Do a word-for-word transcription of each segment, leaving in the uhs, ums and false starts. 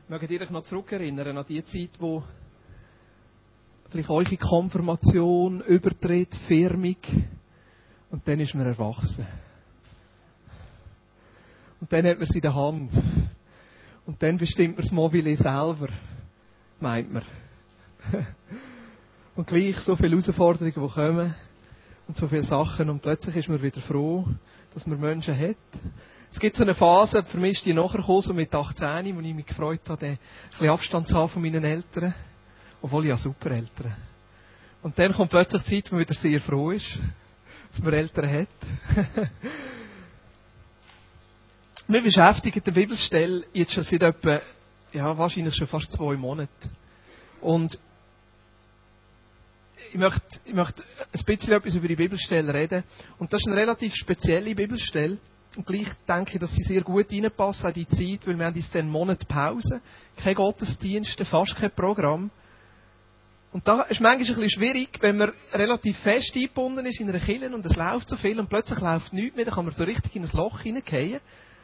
Mögt ihr euch noch zurückerinnern an die Zeit, wo vielleicht eure Konfirmation, Übertritt, Firmung und dann ist man erwachsen. Und dann hat man sie in der Hand. Und dann bestimmt man das Mobile selber, meint man. Und gleich so viele Herausforderungen, die kommen und so viele Sachen und plötzlich ist man wieder froh, dass man Menschen hat. Es gibt so eine Phase, für mich ist die nachher gekommen, so mit achtzehn, wo ich mich gefreut habe, ein bisschen Abstand zu haben von meinen Eltern. Obwohl ich ja super Eltern. Und dann kommt plötzlich die Zeit, wo man wieder sehr froh ist, dass man Eltern hat. Wir beschäftigen die Bibelstelle jetzt schon seit etwa, ja, wahrscheinlich schon fast zwei Monaten. Und ich möchte, ich möchte ein bisschen etwas über die Bibelstelle reden. Und das ist eine relativ spezielle Bibelstelle. Und gleich denke ich, dass sie sehr gut reinpasst an die Zeit, weil wir haben jetzt einen Monat Pause, keine Gottesdienste, fast kein Programm. Und da ist manchmal ein bisschen schwierig, wenn man relativ fest eingebunden ist in einer Kirche und es läuft so viel und plötzlich läuft nichts mehr, dann kann man so richtig in ein Loch hineingehen.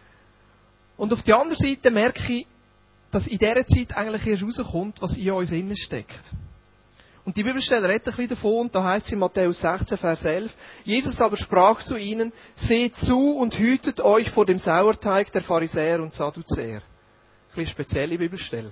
Und auf der anderen Seite merke ich, dass in dieser Zeit eigentlich erst rauskommt, was in uns innen steckt. Und die Bibelstelle redet ein bisschen davon, und da heißt es in Matthäus sechzehn, Vers elf, Jesus aber sprach zu ihnen, seht zu und hütet euch vor dem Sauerteig der Pharisäer und Sadduzäer. Ein bisschen spezielle Bibelstelle.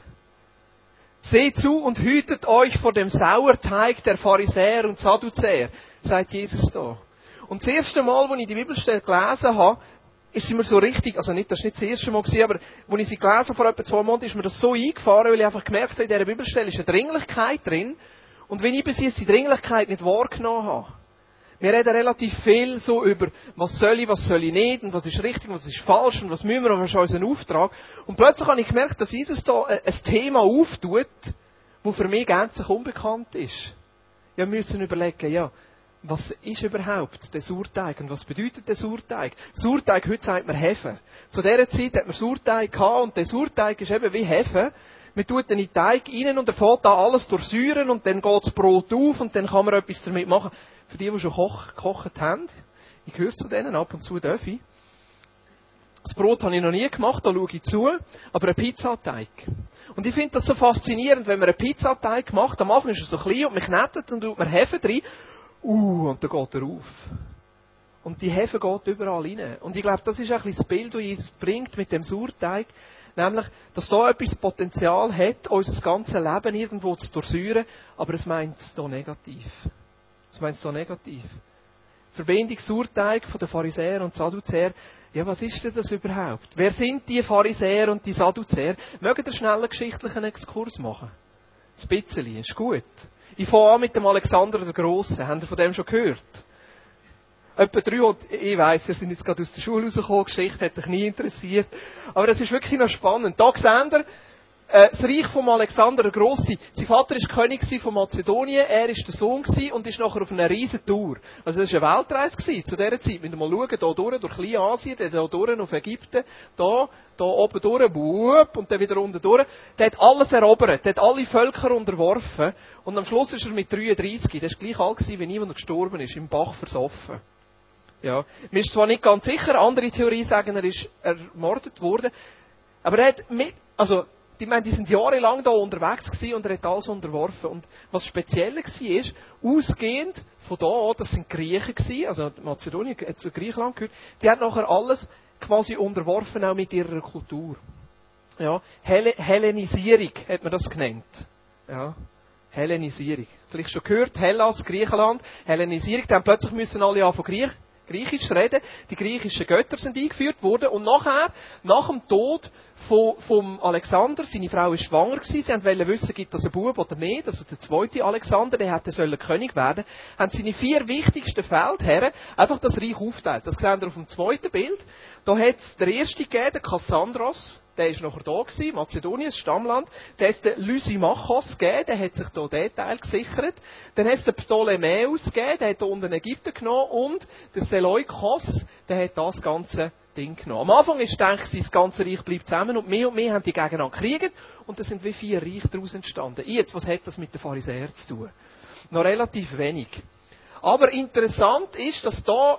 Seht zu und hütet euch vor dem Sauerteig der Pharisäer und Sadduzäer, sagt Jesus da. Und das erste Mal, als ich die Bibelstelle gelesen habe, ist sie mir so richtig, also nicht, das war nicht das erste Mal, aber als ich sie gelesen habe, vor etwa zwei Monaten, ist mir das so eingefahren, weil ich einfach gemerkt habe, in dieser Bibelstelle ist eine Dringlichkeit drin. Und wenn ich bis jetzt die Dringlichkeit nicht wahrgenommen habe, wir reden relativ viel so über, was soll ich, was soll ich nicht, und was ist richtig, was ist falsch, und was müssen wir, was ist unser Auftrag. Und plötzlich habe ich gemerkt, dass Jesus da ein Thema auftut, das für mich gänzlich unbekannt ist. Ja, wir müssen überlegen, ja, was ist überhaupt der Sauerteig und was bedeutet der Sauerteig? Sauerteig, heute sagt man Hefe. Zu dieser Zeit hat man Sauerteig gehabt und der Sauerteig ist eben wie Hefe. Man tut in den Teig rein und er fällt da alles durchsäuren und dann geht das Brot auf und dann kann man etwas damit machen. Für die, die schon koch, gekocht haben, ich gehöre zu denen, ab und zu darf ich. Das Brot habe ich noch nie gemacht, da schaue ich zu, aber ein Pizzateig. Und ich finde das so faszinierend, wenn man einen Pizzateig macht, am Anfang ist er so klein und man knetet und tut man Hefe drin, uh, und dann geht er auf. Und die Hefe geht überall rein. Und ich glaube, das ist ein bisschen das Bild, das Jesus bringt mit dem Sauerteig. Nämlich, dass da etwas Potenzial hat, unser ganzes Leben irgendwo zu durchsäuren, aber es meint es hier negativ. Es meint es hier negativ. Verbindung Sauerteig von den Pharisäern und Sadduzäern. Ja, was ist denn das überhaupt? Wer sind die Pharisäer und die Sadduzäer? Mögt ihr schnell einen geschichtlichen Exkurs machen? Ein bisschen, ist gut. Ich fange an mit dem Alexander der Grossen. Habt ihr von dem schon gehört? Etwa drei, ich weiss, ihr seid jetzt gerade aus der Schule rausgekommen, Geschichte hat euch nie interessiert. Aber es ist wirklich noch spannend. Da seht ihr, äh, das Reich von Alexander der Grosse. Sein Vater war König von Mazedonien, er war der Sohn und ist nachher auf einer riesen Tour. Also das war eine Weltreise zu dieser Zeit. Wenn ihr mal schauen, hier durch, durch Kleinasien, dann hier durch auf Ägypten, da, da oben durch, wupp, und dann wieder unten durch. Der hat alles erobert, der hat alle Völker unterworfen. Und am Schluss ist er mit dreiunddreißig, der war gleich alt gewesen, wie nie, als er gestorben ist, im Bach versoffen. Ja. Mir ist zwar nicht ganz sicher, andere Theorien sagen, er ist ermordet worden, aber er hat mit, also, die, meine, die sind jahrelang da unterwegs gewesen und er hat alles unterworfen. Und was speziell war, ausgehend von da, das sind Griechen gewesen, also Mazedonien hat zu Griechenland gehört, die haben nachher alles quasi unterworfen, auch mit ihrer Kultur. Ja. Hell- Hellenisierung hat man das genannt. Ja. Hellenisierung. Vielleicht schon gehört, Hellas, Griechenland, Hellenisierung, dann plötzlich müssen alle anfangen Griech Griechisch reden. Die griechischen Götter sind eingeführt worden. Und nachher, nach dem Tod von, vom Alexander, seine Frau war schwanger gewesen, sie wollten wissen, gibt es einen Bub oder nicht. Also der zweite Alexander, der hätte sollen König werden, haben seine vier wichtigsten Feldherren einfach das Reich aufgeteilt. Das seht ihr auf dem zweiten Bild. Da hat es der erste gegeben, der Kassandros. Der war nachher da gewesen, Mazedonien, das Stammland. Dann hat es den Lysimachos gegeben, der hat sich hier diesen Teil gesichert. Dann hat es den Ptolemäus gegeben, der hat hier unten Ägypten genommen. Und den Seleukos, der hat das ganze Ding genommen. Am Anfang ist gedacht, das ganze Reich bleibt zusammen und mehr und mehr haben die gegeneinander gekriegt. Und da sind wie vier Reiche daraus entstanden. Jetzt, was hat das mit den Pharisäern zu tun? Noch relativ wenig. Aber interessant ist, dass da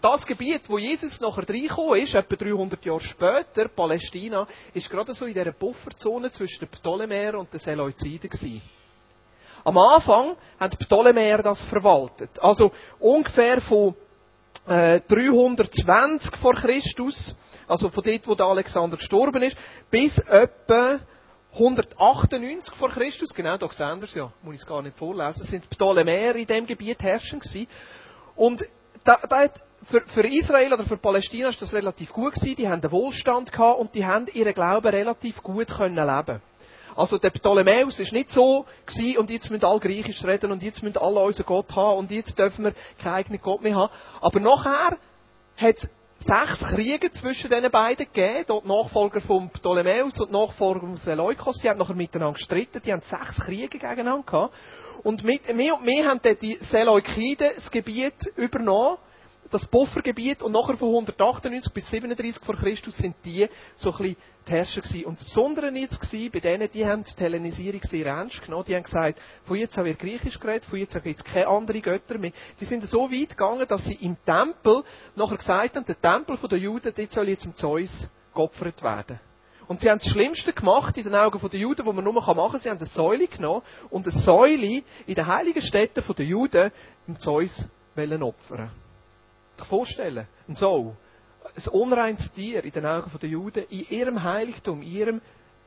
das Gebiet, wo Jesus nachher reingekommen ist, etwa dreihundert Jahre später, Palästina, ist gerade so in dieser Bufferzone zwischen den Ptolemäern und den Seleukiden gewesen. Am Anfang haben die Ptolemäer das verwaltet. Also ungefähr von äh, dreihundertzwanzig vor Christus, also von dort, wo der Alexander gestorben ist, bis etwa hundertachtundneunzig vor Christus, genau, da sehen wir es ja, muss ich es gar nicht vorlesen, sind die Ptolemäer in diesem Gebiet herrschend gewesen. Und da, da hat, für, für Israel oder für Palästina ist das relativ gut gewesen, die haben einen Wohlstand gehabt und die haben ihren Glauben relativ gut können leben. Also der Ptolemäus ist nicht so gewesen, und jetzt müssen alle Griechisch reden und jetzt müssen alle unseren Gott haben und jetzt dürfen wir keinen eigenen Gott mehr haben. Aber nachher hat es sechs Kriege zwischen diesen beiden gegeben, dort Nachfolger vom Ptolemäus und Nachfolger vom Seleukos, die haben nachher miteinander gestritten, die haben sechs Kriege gegeneinander gehabt. Und mit, mehr und mehr haben dann die Seleukiden das Gebiet übernommen, das Puffergebiet, und nachher von hundertachtundneunzig bis siebenunddreißig vor Christus sind die so ein bisschen die Herrscher gewesen. Und das Besondere jetzt war, bei denen, die haben die Hellenisierung sehr ernst genommen. Die haben gesagt, von jetzt an wird Griechisch geredet, von jetzt an gibt es keine anderen Götter mehr. Die sind so weit gegangen, dass sie im Tempel nachher gesagt haben, der Tempel der Juden, dort soll jetzt zum Zeus geopfert werden. Und sie haben das Schlimmste gemacht in den Augen der Juden, was man nur machen kann. Sie haben eine Säule genommen und eine Säule in den heiligen Städten der Juden dem Zeus opfern. Vorstellen, ein Soul, ein unreines Tier in den Augen der Juden, in ihrem Heiligtum, in ihrem,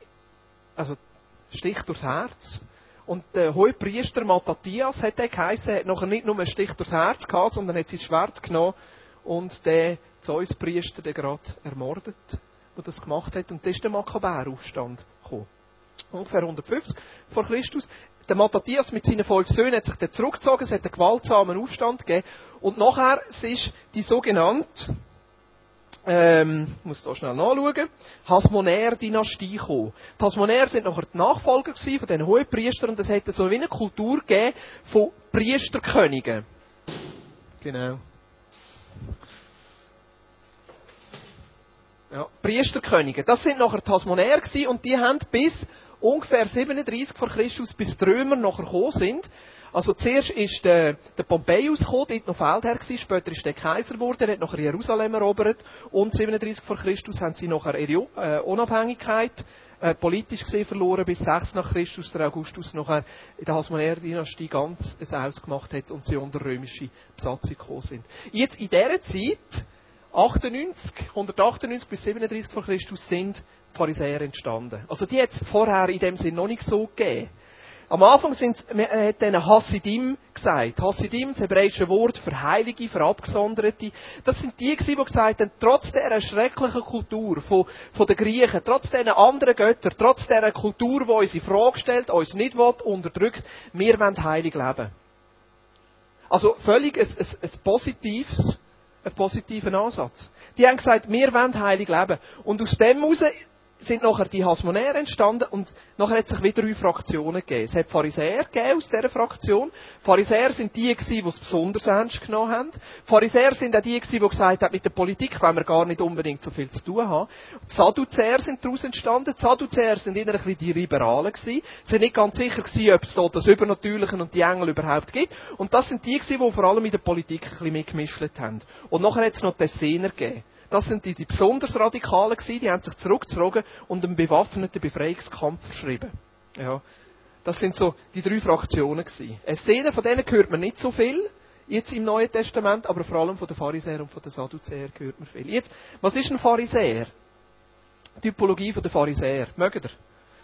also Stich durchs Herz. Und der Hohepriester Mattathias hat der geheissen, hat nachher nicht nur einen Stich durchs Herz gehabt, sondern hat sein Schwert genommen und den Zeuspriester den gerade ermordet, der das gemacht hat. Und das ist der Makkabäeraufstand gekommen. Ungefähr hundertfünfzig vor Christus. Der Mattathias mit seinen fünf Söhnen hat sich dann zurückgezogen, es hat einen gewaltsamen Aufstand gegeben. Und nachher ist die sogenannte, ähm, ich muss da schnell nachschauen, Hasmonäer-Dynastie gekommen. Die Hasmonäer sind nachher die Nachfolger von diesen Hohepriestern und es hat so wie eine Kultur gegeben von Priesterkönigen. Genau. Ja, Priesterkönige. Das sind nachher die Hasmonäer gewesen und die haben bis ungefähr siebenunddreißig vor Christus, bis die Römer nachher gekommen sind. Also zuerst ist der, der Pompeius gekommen, dort noch Feldherr gewesen, später ist der Kaiser geworden, er hat nachher Jerusalem erobert und siebenunddreißig vor Christus haben sie nachher ihre äh, Unabhängigkeit äh, politisch gesehen verloren, bis sechs nach Christus der Augustus nachher in der Hasmonäer-Dynastie ganz ein Ausgemacht hat und sie unter römische Besatzung gekommen sind. Jetzt in dieser Zeit, achtundneunzig, hundertachtundneunzig bis siebenunddreißig vor Christus, sind die Pharisäer entstanden. Also die hat es vorher in dem Sinn noch nicht so gegeben. Am Anfang sind, man hat denen Hasidim gesagt. Hasidim, das hebräische Wort für Heilige, für Abgesonderte. Das sind die gewesen, die gesagt haben, trotz dieser schrecklichen Kultur von, von den Griechen, trotz diesen anderen Göttern, trotz dieser Kultur, die uns in Frage stellt, uns nicht will, unterdrückt, wir wollen heilig leben. Also völlig ein, ein, ein positives, ein positiven Ansatz. Die haben gesagt, wir wollen heilig leben. Und aus dem heraus sind nachher die Hasmonäer entstanden und nachher hat es sich wieder drei Fraktionen gegeben. Es hat Pharisäer gegeben aus dieser Fraktion. Pharisäer sind die gewesen, die es besonders ernst genommen haben. Pharisäer sind auch die gewesen, die gesagt haben, mit der Politik wollen wir gar nicht unbedingt so viel zu tun haben. Die Sadduzäer sind daraus entstanden. Die Sadduzäer sind eher ein bisschen die Liberalen gewesen. Sie sind nicht ganz sicher gewesen, ob es dort das Übernatürliche und die Engel überhaupt gibt. Und das sind die gewesen, die vor allem in der Politik ein bisschen mitgemischt haben. Und nachher hat es noch die Essener gegeben. Das sind die, die besonders Radikalen gewesen, die haben sich zurückgezogen und einen bewaffneten Befreiungskampf verschrieben. Ja. Das sind so die drei Fraktionen gewesen. Essener, von denen hört man nicht so viel, jetzt im Neuen Testament, aber vor allem von den Pharisäern und von den Sadduzäern hört man viel. Jetzt, was ist ein Pharisäer? Typologie der Pharisäer. Mögt ihr?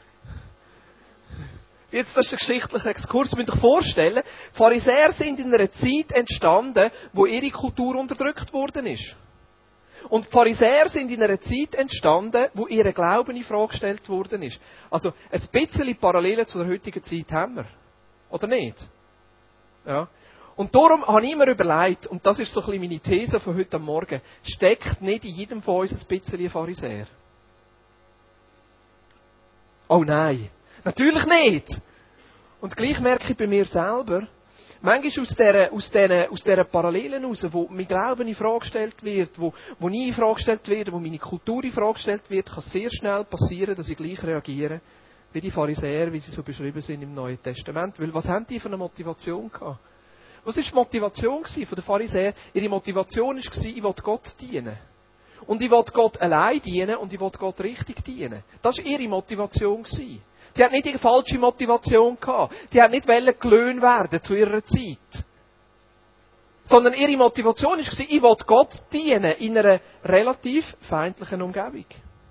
Jetzt, das ist ein geschichtlicher Exkurs. Ihr müsst euch vorstellen, Pharisäer sind in einer Zeit entstanden, wo ihre Kultur unterdrückt worden ist. Und die Pharisäer sind in einer Zeit entstanden, wo ihr Glauben in Frage gestellt worden ist. Also, ein bisschen Parallelen zu der heutigen Zeit haben wir. Oder nicht? Ja. Und darum habe ich mir überlegt, und das ist so ein bisschen meine These von heute am Morgen, steckt nicht in jedem von uns ein bisschen Pharisäer? Oh nein. Natürlich nicht. Und gleich merke ich bei mir selber, manchmal aus dieser, aus diesen, aus dieser Parallelen heraus, wo mein Glauben in Frage gestellt wird, wo, wo ich in Frage gestellt werde, wo meine Kultur in Frage gestellt wird, kann es sehr schnell passieren, dass ich gleich reagiere, wie die Pharisäer, wie sie so beschrieben sind im Neuen Testament. Weil was haben die für eine Motivation gehabt? Was war die Motivation der Pharisäer? Ihre Motivation war, ich will Gott dienen. Und ich will Gott allein dienen und ich will Gott richtig dienen. Das war ihre Motivation. Die hat nicht die falsche Motivation gehabt. Die hat nicht gelöhnt werden zu ihrer Zeit. Sondern ihre Motivation war, ich will Gott dienen in einer relativ feindlichen Umgebung.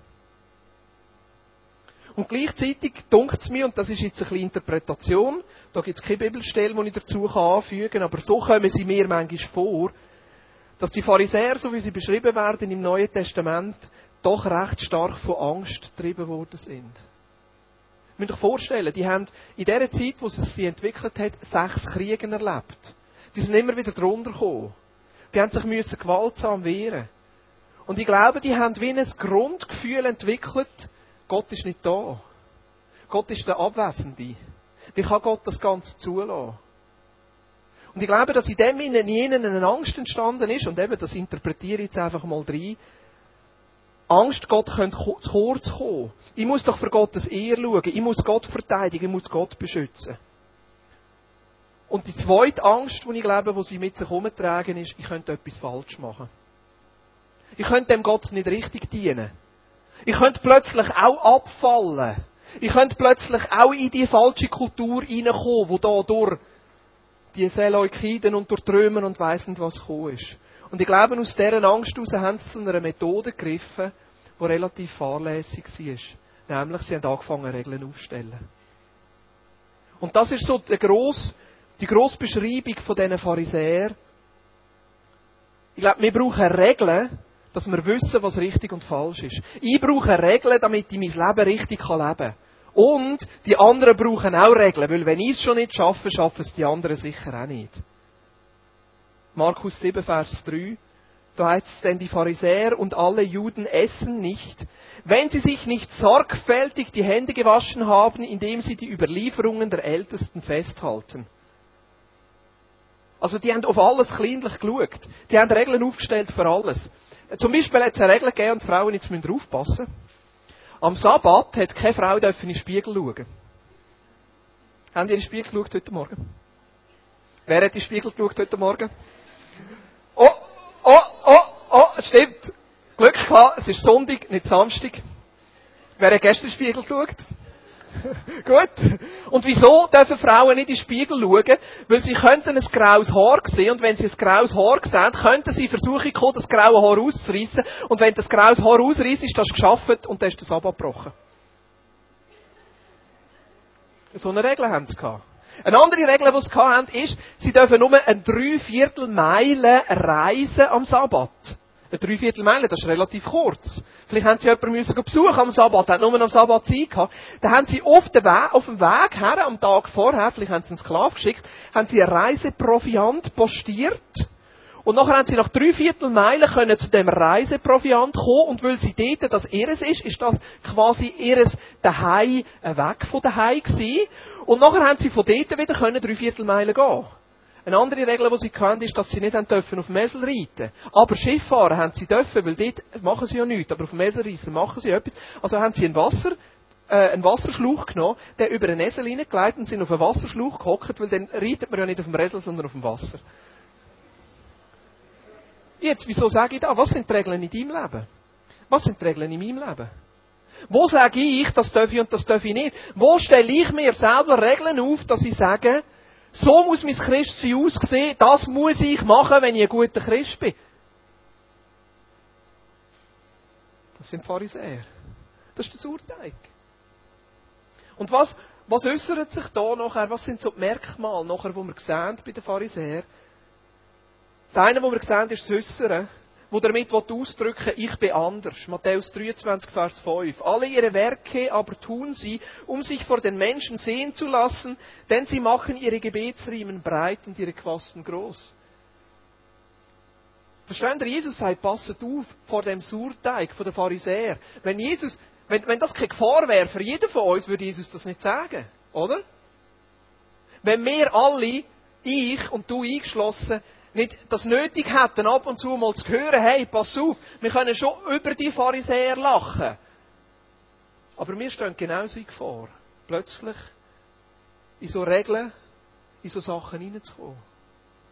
Und gleichzeitig dunkt es mir, und das ist jetzt eine kleine Interpretation, da gibt es keine Bibelstelle, die ich dazu anfügen kann, aber so kommen sie mir manchmal vor, dass die Pharisäer, so wie sie beschrieben werden im Neuen Testament, doch recht stark von Angst getrieben worden sind. Ihr müsst euch vorstellen, die haben in der Zeit, wo es sie entwickelt hat, sechs Kriege erlebt. Die sind immer wieder drunter gekommen. Die haben sich müssen gewaltsam wehren. Und ich glaube, die haben wie ein Grundgefühl entwickelt, Gott ist nicht da. Gott ist der Abwesende. Wie kann Gott das Ganze zulassen? Und ich glaube, dass in dem in ihnen eine Angst entstanden ist, und eben, das interpretiere ich jetzt einfach mal rein, Angst, Gott könnte zu kurz kommen. Ich muss doch für Gottes Ehre schauen. Ich muss Gott verteidigen. Ich muss Gott beschützen. Und die zweite Angst, die ich glaube, die sie mit sich herumtragen, ist, ich könnte etwas falsch machen. Ich könnte dem Gott nicht richtig dienen. Ich könnte plötzlich auch abfallen. Ich könnte plötzlich auch in die falsche Kultur hineinkommen, die da durch die Seleukiden und durch Trümmer und weiss nicht was gekommen ist. Und ich glaube, aus dieser Angst heraus haben sie zu einer Methode gegriffen, die relativ fahrlässig war. Nämlich, sie haben angefangen, Regeln aufzustellen. Und das ist so die grosse, die grosse Beschreibung von diesen Pharisäern. Ich glaube, wir brauchen Regeln, dass wir wissen, was richtig und falsch ist. Ich brauche Regeln, damit ich mein Leben richtig leben kann. Und die anderen brauchen auch Regeln, weil wenn ich es schon nicht schaffe, schaffen es die anderen sicher auch nicht. Markus sieben, Vers drei, da heißt es, denn die Pharisäer und alle Juden essen nicht, wenn sie sich nicht sorgfältig die Hände gewaschen haben, indem sie die Überlieferungen der Ältesten festhalten. Also die haben auf alles kleinlich geschaut. Die haben Regeln aufgestellt für alles. Zum Beispiel hat es eine Regel gegeben, und die Frauen jetzt müssen aufpassen. Am Sabbat hat keine Frau in den Spiegel schauen. Haben die in den Spiegel geschaut heute Morgen? Wer hat in den Spiegel geschaut heute Morgen? Oh, oh, oh, oh, stimmt. Glück gehabt, es ist Sonntag, nicht Samstag. Wer hat gestern in den Spiegel geschaut? Gut. Und wieso dürfen Frauen nicht in den Spiegel schauen? Weil sie könnten ein graues Haar sehen, und wenn sie ein graues Haar sehen, könnten sie versuchen, das graue Haar auszureissen. Und wenn das graues Haar ausreißt, ist das geschafft und dann ist das abgebrochen. So eine Regel haben sie gehabt. Eine andere Regel, die sie hatten, ist, sie dürfen nur eine Dreiviertelmeile reisen am Sabbat. Eine Dreiviertelmeile, das ist relativ kurz. Vielleicht haben sie jemanden müssen besuchen am Sabbat, hat nur am Sabbat Zeit gehabt. Dann haben sie auf dem Weg, auf dem Weg her, am Tag vorher, vielleicht haben sie einen Sklaven geschickt, haben sie einen Reiseproviant postiert. Und nachher haben sie nach Dreiviertelmeilen können zu dem Reiseproviant kommen, und weil sie dort das ihres ist, ist das quasi ihres daheim, weg von daheim gewesen. Und nachher haben sie von dort wieder können Dreiviertelmeilen gehen. Eine andere Regel, die sie hatten, ist, dass sie nicht dürfen auf dem Esel reiten. Aber Schiff fahren haben sie dürfen, weil dort machen sie ja nichts. Aber auf dem Esel reisen machen sie etwas. Also haben sie einen Wasser, äh, einen Wasserschlauch genommen, der über einen Esel hineingelegt, und sind auf einen Wasserschlauch gehockt, weil dann reitet man ja nicht auf dem Esel, sondern auf dem Wasser. Jetzt, wieso sage ich das? Was sind die Regeln in deinem Leben? Was sind die Regeln in meinem Leben? Wo sage ich, das darf ich und das darf ich nicht? Wo stelle ich mir selber Regeln auf, dass ich sage, so muss mein Christsein aussehen, das muss ich machen, wenn ich ein guter Christ bin? Das sind Pharisäer. Das ist das Urteil. Und was, was äußert sich da nachher? Was sind so die Merkmale nachher, die wir sehen bei den Pharisäern? Das eine, was wir sehen, ist das Äußere, wo damit ausdrücken will, ich bin anders. Matthäus dreiundzwanzig, Vers fünf. Alle ihre Werke aber tun sie, um sich vor den Menschen sehen zu lassen, denn sie machen ihre Gebetsriemen breit und ihre Quasten groß. Verstehen Sie, Jesus sagt, passet auf vor dem Sauerteig von den Pharisäern. Wenn Jesus, wenn, wenn das keine Gefahr wäre für jeden von uns, würde Jesus das nicht sagen, oder? Wenn wir alle, ich und du eingeschlossen, nicht das nötig hätten, ab und zu mal zu hören, hey, pass auf, wir können schon über die Pharisäer lachen. Aber wir stehen genauso in Gefahr, plötzlich in so Regeln, in so Sachen hineinzukommen.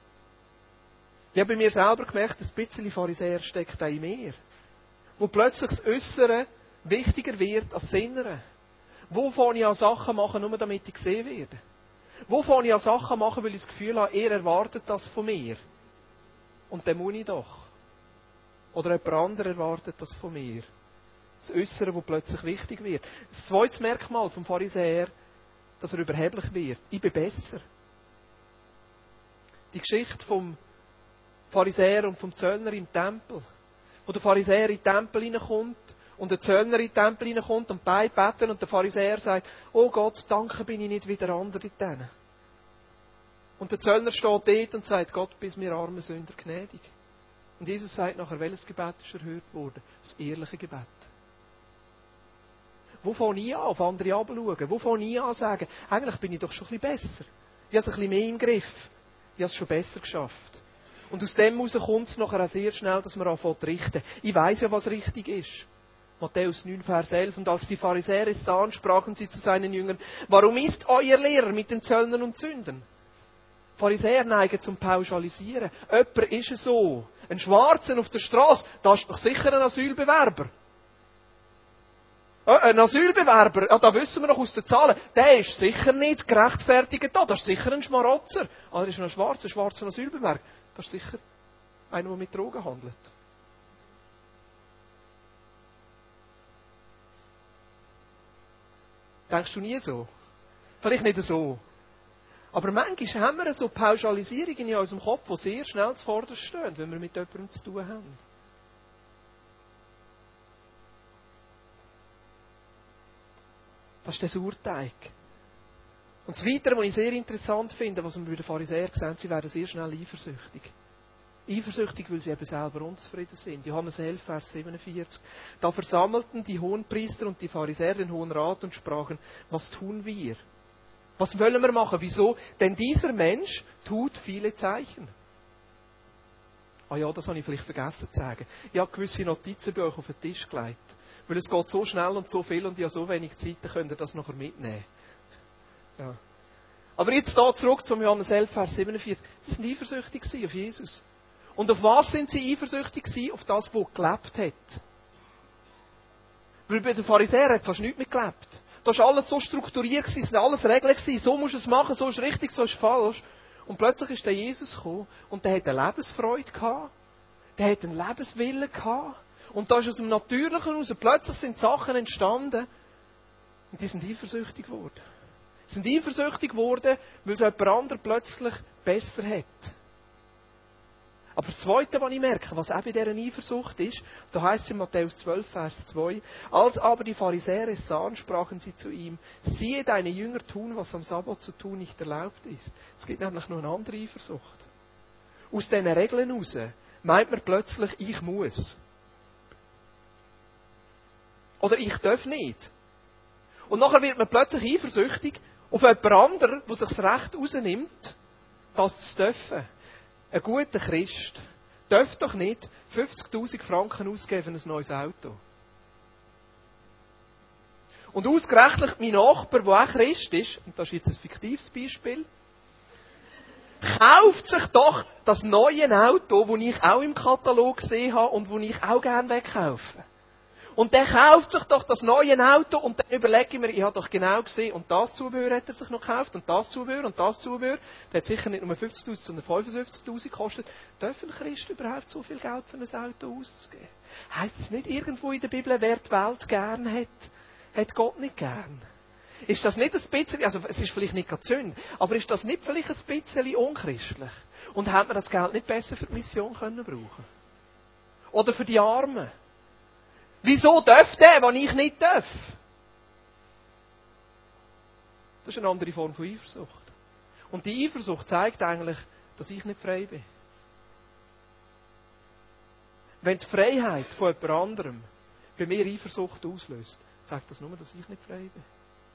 Ich habe bei mir selber gemerkt, ein bisschen Pharisäer steckt auch in mir. Wo plötzlich das Äußere wichtiger wird als das Innere. Wo fange ich an Sachen machen, nur damit ich gesehen werde? Wo fange ich an Sachen machen, weil ich das Gefühl habe, er erwartet das von mir? Und dann muss ich doch. Oder jemand anderes erwartet das von mir. Das Äußere, das plötzlich wichtig wird. Das zweite Merkmal vom Pharisäer, dass er überheblich wird. Ich bin besser. Die Geschichte vom Pharisäer und vom Zöllner im Tempel. Wo der Pharisäer in den Tempel hineinkommt und der Zöllner in den Tempel hineinkommt und beide beten und der Pharisäer sagt, oh Gott, danke bin ich nicht wie der andere in denen. Und der Zöllner steht dort und sagt, Gott, bist mir arme Sünder gnädig. Und Jesus sagt nachher, welches Gebet ist erhört worden? Das ehrliche Gebet. Wo fange ich an, auf andere abschauen? Wo fange ich an, sagen, eigentlich bin ich doch schon ein bisschen besser. Ich habe es ein bisschen mehr im Griff. Ich habe es schon besser geschafft. Und aus dem heraus kommt es nachher auch sehr schnell, dass man anfängt zu richten. Ich weiss ja, was richtig ist. Matthäus neun, Vers elf. Und als die Pharisäer es sahen, sprachen sie zu seinen Jüngern, warum ist euer Lehrer mit den Zöllnern und Sündern? Pharisäer neigen zum Pauschalisieren. Jemand ist so. Ein Schwarzer auf der Straße, das ist doch sicher ein Asylbewerber. Ein Asylbewerber, ja, da wissen wir noch aus den Zahlen, der ist sicher nicht gerechtfertigt da. Das ist sicher ein Schmarotzer. Aber er ist ein Schwarzer, ein schwarzer Asylbewerber. Das ist sicher einer, der mit Drogen handelt. Denkst du nie so? Vielleicht nicht so. Aber manchmal haben wir so Pauschalisierungen in unserem Kopf, die sehr schnell zuvorderst stehen, wenn wir mit jemandem zu tun haben. Das ist der Sauerteig. Und das Weitere, was ich sehr interessant finde, was wir bei den Pharisäern sehen, sie werden sehr schnell eifersüchtig. Eifersüchtig, weil sie eben selber unzufrieden sind. Johannes elf, Vers siebenundvierzig. Da versammelten die Hohenpriester und die Pharisäer den Hohen Rat und sprachen, was tun wir? Was wollen wir machen? Wieso? Denn dieser Mensch tut viele Zeichen. Ah ja, das habe ich vielleicht vergessen zu sagen. Ich habe gewisse Notizen bei euch auf den Tisch gelegt. Weil es geht so schnell und so viel und ich habe so wenig Zeit, dann könnt ihr das nachher mitnehmen. Ja. Aber jetzt da zurück zum Johannes elf, Vers siebenundvierzig. Sie sind eifersüchtig auf Jesus. Und auf was sind sie eifersüchtig gewesen? Auf das, was gelebt hat. Weil bei den Pharisäern hat fast nichts mehr gelebt. Da war alles so strukturiert, es waren alles Regeln, so musst du es machen, so ist richtig, so ist falsch. Und plötzlich ist der Jesus gekommen und der hat eine Lebensfreude gehabt, der hat einen Lebenswillen gehabt. Und da ist aus dem Natürlichen heraus, plötzlich sind Sachen entstanden und die sind eifersüchtig geworden. Sie sind eifersüchtig geworden, weil es jemand anderes plötzlich besser hat. Aber das Zweite, was ich merke, was auch bei dieser Eifersucht ist, da heißt es in Matthäus zwölf, Vers zwei, als aber die Pharisäer es sahen, sprachen sie zu ihm, siehe, deine Jünger tun, was am Sabbat zu tun nicht erlaubt ist. Es gibt nämlich noch eine andere Eifersucht. Aus diesen Regeln heraus meint man plötzlich, ich muss. Oder ich darf nicht. Und nachher wird man plötzlich eifersüchtig auf jemand anderen, der sich das Recht rausnimmt, das zu dürfen. Ein guter Christ darf doch nicht fünfzigtausend Franken ausgeben für ein neues Auto. Und ausgerechnet mein Nachbar, der auch Christ ist, und das ist jetzt ein fiktives Beispiel, kauft sich doch das neue Auto, das ich auch im Katalog gesehen habe und das ich auch gerne wegkaufe. Und der kauft sich doch das neue Auto und dann überlege ich mir, ich habe doch genau gesehen, und das Zubehör hat er sich noch gekauft, und das Zubehör, und das Zubehör. Der hat sicher nicht nur fünfzigtausend, sondern fünfundfünfzigtausend gekostet. Darf ein Christ überhaupt so viel Geld für ein Auto auszugeben? Heisst es nicht irgendwo in der Bibel, wer die Welt gern hat, hat Gott nicht gern? Ist das nicht ein bisschen, also es ist vielleicht nicht gerade Sünde, aber ist das nicht vielleicht ein bisschen unchristlich? Und hätte man das Geld nicht besser für die Mission können brauchen? Oder für die Armen? Wieso darf der, was ich nicht darf? Das ist eine andere Form von Eifersucht. Und die Eifersucht zeigt eigentlich, dass ich nicht frei bin. Wenn die Freiheit von jemand anderem bei mir Eifersucht auslöst, zeigt das nur, dass ich nicht frei bin.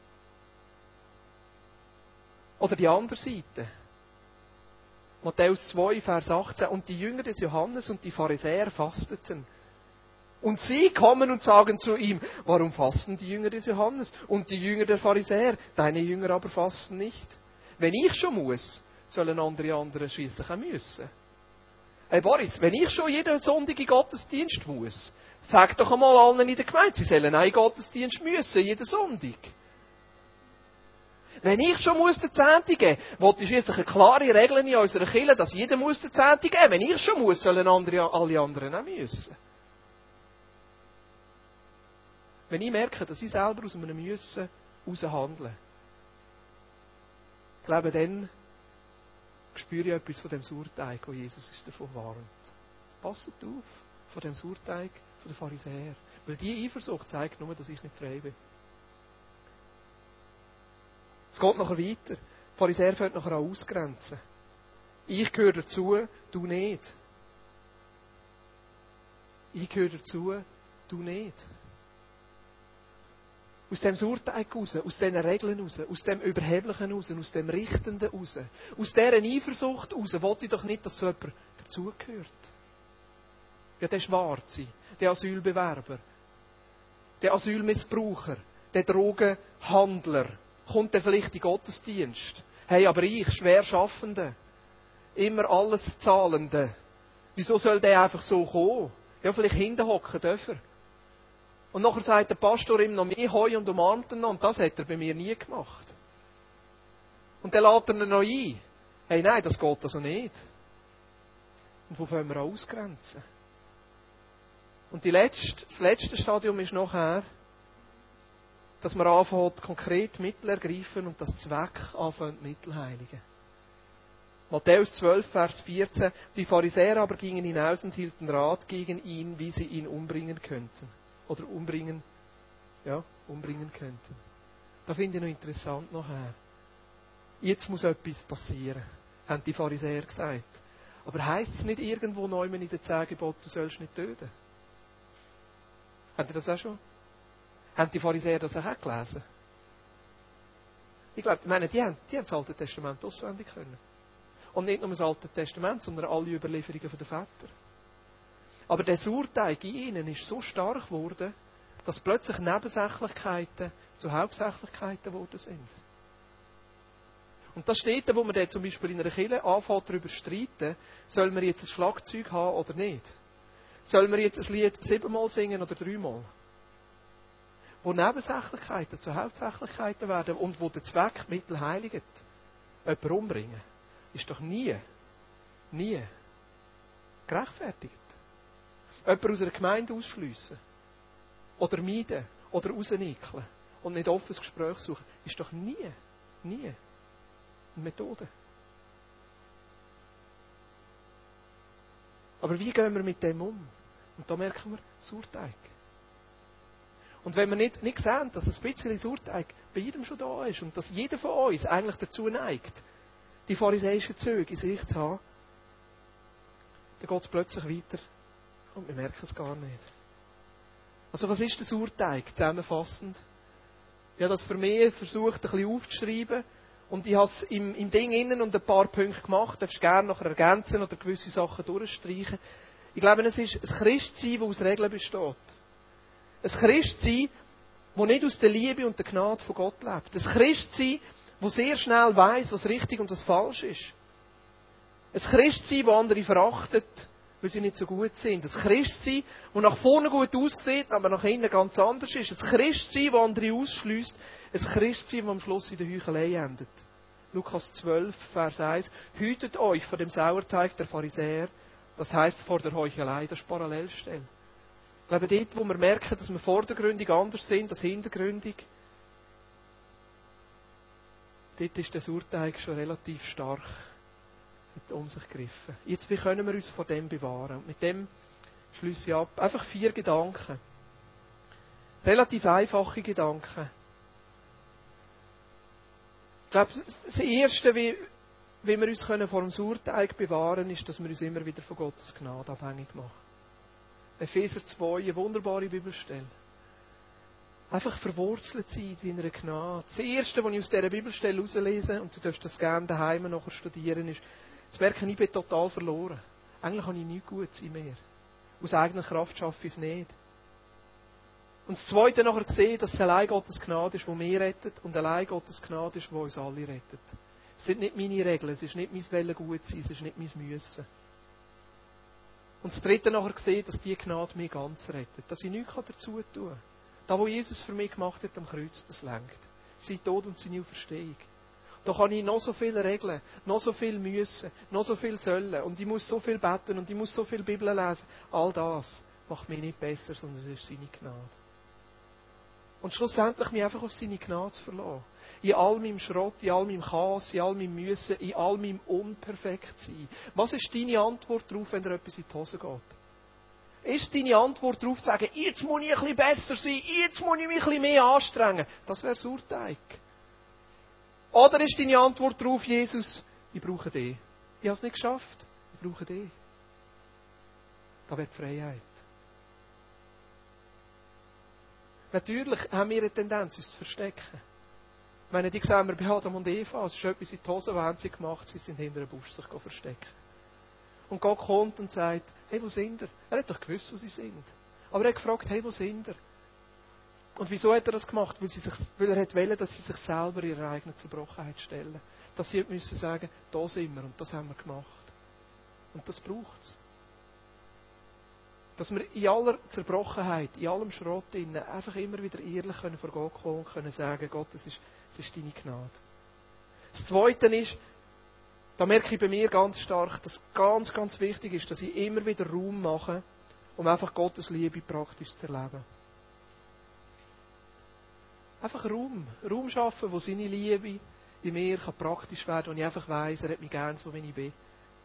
Oder die andere Seite. Matthäus zwei, Vers achtzehn. Und die Jünger des Johannes und die Pharisäer fasteten. Und sie kommen und sagen zu ihm, warum fasten die Jünger des Johannes und die Jünger der Pharisäer, deine Jünger aber fasten nicht? Wenn ich schon muss, sollen andere andere schliesslich auch müssen. Hey Boris, wenn ich schon jeden Sonntag in Gottesdienst muss, sag doch einmal allen in der Gemeinde, sie sollen auch in Gottesdienst müssen, jeden Sonntag. Wenn ich schon muss den Zehnten geben muss, wollte ich jetzt eine klare Regel in unserer Kirche, dass jeder muss den Zehnten geben. Wenn ich schon muss, sollen andere, alle anderen auch müssen. Wenn ich merke, dass ich selber aus einem Müssen heraus handle, ich glaube, dann spüre ich etwas von dem Sauerteig, wo Jesus uns davon warnt. Passt auf von dem Sauerteig von den Pharisäern. Weil diese Eifersucht zeigt nur, dass ich nicht frei bin. Es geht nachher weiter. Der Pharisäer fängt nachher an ausgrenzen. Ich gehöre dazu, du nicht. Ich gehöre dazu, du nicht. Aus dem Sauerteig raus, aus diesen Regeln raus, aus dem Überheblichen raus, aus dem Richtenden raus, aus dieser Eifersucht raus, wollte ich doch nicht, dass so jemand dazugehört. Ja, der Schwarze, der Asylbewerber, der Asylmissbraucher, der Drogenhandler, kommt dann vielleicht in den Gottesdienst. Hey, aber ich, schwer Schaffende, immer alles Zahlende, wieso soll der einfach so kommen? Ja, vielleicht hinten hocken dürfen. Und nachher sagt der Pastor ihm noch mehr Heu und umarmt ihn noch. Und das hat er bei mir nie gemacht. Und dann lädt er ihn noch ein. Hey, nein, das geht also nicht. Und wo fangen wir an ausgrenzen? Und die letzte, das letzte Stadium ist nachher, dass man anfängt, konkret Mittel ergreifen und das Zweck anfängt, Mittel heiligen. Matthäus zwölf, Vers vierzehn. Die Pharisäer aber gingen hinaus und hielten Rat gegen ihn, wie sie ihn umbringen könnten. Oder umbringen, ja, umbringen könnten. Da finde ich noch interessant nachher. Jetzt muss etwas passieren, haben die Pharisäer gesagt. Aber heisst es nicht irgendwo neu in den zehn Geboten, du sollst nicht töten? Habt ihr das auch schon? Haben die Pharisäer das auch gelesen? Ich glaube, ich meine, die haben, die haben das Alte Testament auswendig können. Und nicht nur das Alte Testament, sondern alle Überlieferungen der Väter. Aber der Sauerteig in ihnen ist so stark geworden, dass plötzlich Nebensächlichkeiten zu Hauptsächlichkeiten geworden sind. Und das steht da, wo man dann zum Beispiel in einer Kirche anfängt, darüber zu streiten, soll man jetzt ein Schlagzeug haben oder nicht? Soll man jetzt ein Lied siebenmal singen oder dreimal? Wo Nebensächlichkeiten zu Hauptsächlichkeiten werden und wo der Zweck Mittel heiligt, jemanden umbringen, ist doch nie, nie gerechtfertigt. Jemanden aus einer Gemeinde ausschliessen oder meiden oder rausnickeln und nicht offenes Gespräch suchen, ist doch nie, nie eine Methode. Aber wie gehen wir mit dem um? Und da merken wir Sauerteig. Und wenn wir nicht, nicht sehen, dass ein bisschen Sauerteig bei jedem schon da ist und dass jeder von uns eigentlich dazu neigt, die pharisäischen Züge in sich zu haben, dann geht es plötzlich weiter und wir merken es gar nicht. Also was ist der Sauerteig, zusammenfassend? Ich habe das für mich versucht, ein bisschen aufzuschreiben und ich habe es im, im Ding innen und ein paar Punkte gemacht, darfst gerne noch ergänzen oder gewisse Sachen durchstreichen. Ich glaube, es ist ein Christsein, das aus Regeln besteht. Ein Christsein, das nicht aus der Liebe und der Gnade von Gott lebt. Ein Christsein, das sehr schnell weiss, was richtig und was falsch ist. Ein Christsein, das andere verachtet, weil sie nicht so gut sind. Ein Christsein, das nach vorne gut aussieht, aber nach innen ganz anders ist. Ein Christsein, das andere ausschliesst. Ein Christsein, das am Schluss in der Heuchelei endet. Lukas zwölf, Vers eins. Hütet euch vor dem Sauerteig der Pharisäer. Das heisst vor der Heuchelei. Das ist Parallelstelle. Ich glaube, dort, wo wir merken, dass wir vordergründig anders sind als hintergründig, dort ist der Sauerteig schon relativ stark mit um sich gegriffen. Jetzt, wie können wir uns vor dem bewahren? Und mit dem schließe ich ab. Einfach vier Gedanken. Relativ einfache Gedanken. Ich glaube, das Erste, wie, wie wir uns vor dem Sauerteig bewahren können, ist, dass wir uns immer wieder von Gottes Gnade abhängig machen. Epheser zwei, eine wunderbare Bibelstelle. Einfach verwurzelt sein in deiner Gnade. Das Erste, was ich aus dieser Bibelstelle herauslese, und du darfst das gerne daheim nachher studieren, ist, zu merken, ich bin total verloren. Eigentlich habe ich nichts Gutes in mir. Aus eigener Kraft schaffe ich es nicht. Und das Zweite nachher zu sehen, dass es allein Gottes Gnade ist, die mich rettet, und allein Gottes Gnade ist, die uns alle rettet. Es sind nicht meine Regeln, es ist nicht mein Wollen gut sein, es ist nicht mein Müssen. Und das Dritte nachher gesehen, dass die Gnade mich ganz rettet. Dass ich nichts dazu tun kann. Das, was Jesus für mich gemacht hat am Kreuz, das lenkt. Sein Tod und seine Auferstehung. Da kann ich noch so viel regeln, noch so viel müssen, noch so viel sollen. Und ich muss so viel beten und ich muss so viel Bibel lesen. All das macht mich nicht besser, sondern das ist seine Gnade. Und schlussendlich mich einfach auf seine Gnade zu verlassen. In all meinem Schrott, in all meinem Chaos, in all meinem Müssen, in all meinem Unperfektsein. Was ist deine Antwort darauf, wenn dir etwas in die Hose geht? Ist deine Antwort darauf zu sagen, jetzt muss ich ein bisschen besser sein, jetzt muss ich mich ein bisschen mehr anstrengen? Das wäre das Urteil. Oder ist deine Antwort darauf, Jesus, ich brauche dich. Ich habe es nicht geschafft, ich brauche dich. Das wäre die Freiheit. Natürlich haben wir eine Tendenz, uns zu verstecken. Ich meine, die sehen wir bei Adam und Eva, es ist etwas in die Hose, was sie gemacht haben, sie sind hinter einem Busch sich verstecken. Und Gott kommt und sagt, hey, wo sind ihr? Er hat doch gewusst, wo sie sind. Aber er hat gefragt, hey, wo sind ihr? Und wieso hat er das gemacht? Weil, sie sich, weil er wollte, dass sie sich selber ihrer eigenen Zerbrochenheit stellen. Dass sie müssen sagen, da sind wir und das haben wir gemacht. Und das braucht es. Dass wir in aller Zerbrochenheit, in allem Schrott innen, einfach immer wieder ehrlich können vor Gott kommen und können sagen, Gott, das ist, das ist deine Gnade. Das Zweite ist, da merke ich bei mir ganz stark, dass ganz, ganz wichtig ist, dass ich immer wieder Raum mache, um einfach Gottes Liebe praktisch zu erleben. Einfach Raum. Raum schaffen, wo seine Liebe in mir kann praktisch werden kann, wo ich einfach weiss, er hat mich gern so, wie ich bin.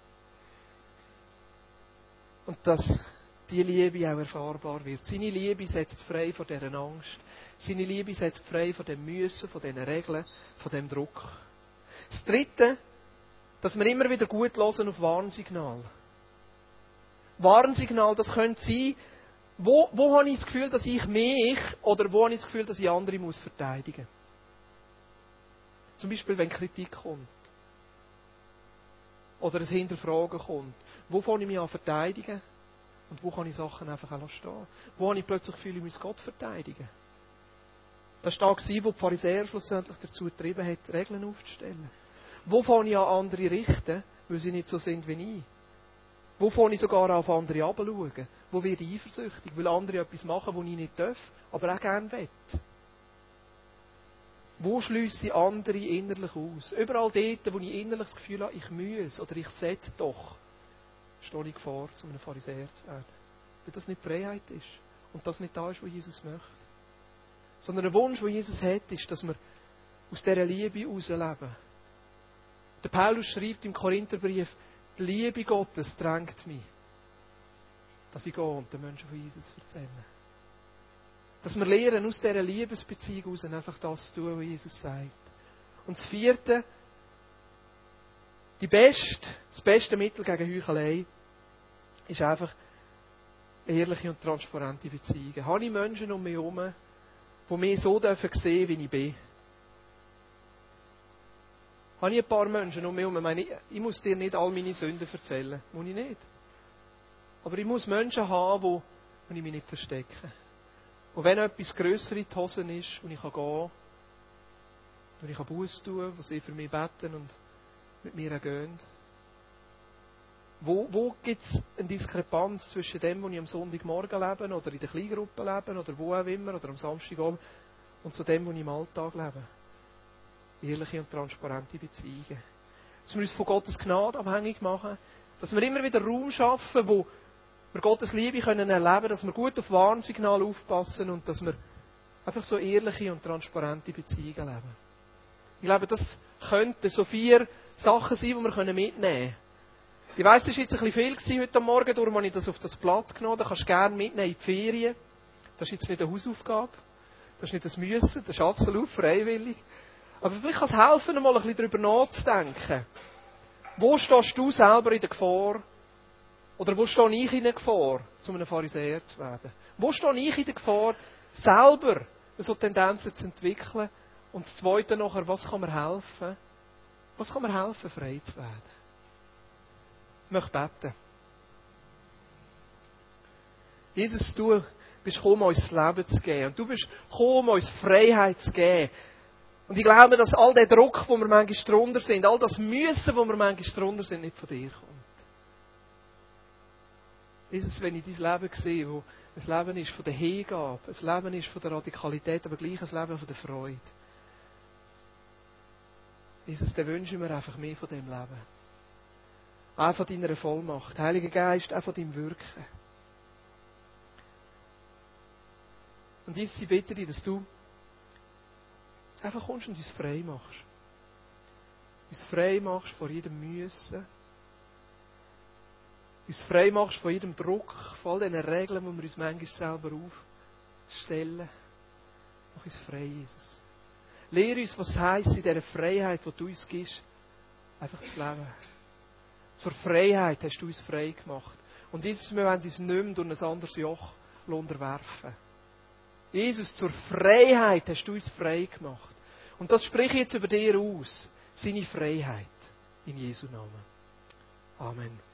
Und dass diese Liebe auch erfahrbar wird. Seine Liebe setzt frei von dieser Angst. Seine Liebe setzt frei von dem Müssen, von diesen Regeln, von dem Druck. Das Dritte, dass wir immer wieder gut hören auf Warnsignal. Warnsignal, das könnte sein, Wo, wo habe ich das Gefühl, dass ich mich oder wo habe ich das Gefühl, dass ich andere muss verteidigen muss? Zum Beispiel, wenn Kritik kommt. Oder ein Hinterfragen kommt. Wo fange ich mich an verteidigen? Und wo kann ich Sachen einfach auch stehen? Wo habe ich plötzlich das Gefühl, ich muss Gott verteidigen? Das war da, wo die Pharisäer schlussendlich dazu getrieben hat, Regeln aufzustellen. Wo fange ich an andere richten, weil sie nicht so sind wie ich? Wo fange ich sogar auf andere herabschauen? Wo werde ich eifersüchtig, weil andere etwas machen, was ich nicht darf, aber auch gerne will? Wo schliesse ich andere innerlich aus? Überall dort, wo ich innerlich das Gefühl habe, ich muss oder ich sollte doch, stehe ich Gefahr, zu einem Pharisäer zu werden. Weil das nicht Freiheit ist und das nicht da ist, was Jesus möchte. Sondern ein Wunsch, den Jesus hat, ist, dass wir aus dieser Liebe herausleben. Der Paulus schreibt im Korintherbrief, die Liebe Gottes drängt mich, dass ich gehe und den Menschen von Jesus erzähle. Dass wir lernen, aus dieser Liebesbeziehung heraus einfach das zu tun, was Jesus sagt. Und das Vierte, die beste, das beste Mittel gegen Heuchelei ist einfach ehrliche und transparente Beziehungen. Habe ich Menschen um mich herum, die mich so sehen dürfen, wie ich bin? Habe ich ein paar Menschen um mich herum? Ich meine, ich muss dir nicht all meine Sünden erzählen. Muss ich nicht. Aber ich muss Menschen haben, wo, wo ich mich nicht verstecke. Und wenn etwas grösser in die Hosen ist, wo ich gehen kann, wo ich Buße tun kann, wo sie für mich beten und mit mir auch gehen. Wo, wo gibt es eine Diskrepanz zwischen dem, wo ich am Sonntagmorgen lebe, oder in der Kleingruppe lebe, oder wo auch immer, oder am Samstagabend, und zu dem, wo ich im Alltag lebe? Ehrliche und transparente Beziehungen. Dass wir uns von Gottes Gnade abhängig machen, dass wir immer wieder Raum schaffen, wo wir Gottes Liebe können erleben, dass wir gut auf Warnsignale aufpassen und dass wir einfach so ehrliche und transparente Beziehungen leben. Ich glaube, das könnten so vier Sachen sein, die wir mitnehmen können. Ich weiss, es war jetzt ein bisschen viel heute Morgen, darum habe ich das auf das Blatt genommen. Das kannst du gerne mitnehmen in die Ferien. Das ist jetzt nicht eine Hausaufgabe, das ist nicht ein Müssen, das ist absolut freiwillig. Aber vielleicht kann es helfen, einmal ein bisschen darüber nachzudenken. Wo stehst du selber in der Gefahr? Oder wo stehe ich in der Gefahr, zu einem Pharisäer zu werden? Wo stehe ich in der Gefahr, selber so Tendenzen zu entwickeln? Und das Zweite nachher, was kann mir helfen? Was kann mir helfen, frei zu werden? Ich möchte beten. Jesus, du bist gekommen, uns das Leben zu geben. Und du bist gekommen, uns Freiheit zu geben. Und ich glaube, dass all der Druck, wo wir manchmal drunter sind, all das Müssen, wo wir manchmal drunter sind, nicht von dir kommt. Jesus, wenn ich dein Leben sehe, wo ein Leben ist von der Hingabe, ein Leben ist von der Radikalität, aber gleich ein Leben von der Freude. Jesus, dann wünsche ich mir einfach mehr von dem Leben. Auch von deiner Vollmacht. Heiliger Geist, auch von deinem Wirken. Und Jesus, ich bitte dich, dass du einfach kommst und uns frei machst. Uns frei machst von jedem Müssen. Uns frei machst von jedem Druck, von all diesen Regeln, die wir uns manchmal selber aufstellen. Mach uns frei, Jesus. Lehre uns, was es heisst, in dieser Freiheit, die du uns gibst, einfach zu leben. Zur Freiheit hast du uns frei gemacht. Und Jesus, wir wollen uns nicht mehr durch ein anderes Joch unterwerfen. Jesus, zur Freiheit hast du uns frei gemacht. Und das spreche ich jetzt über dir aus. Seine Freiheit. In Jesu Namen. Amen.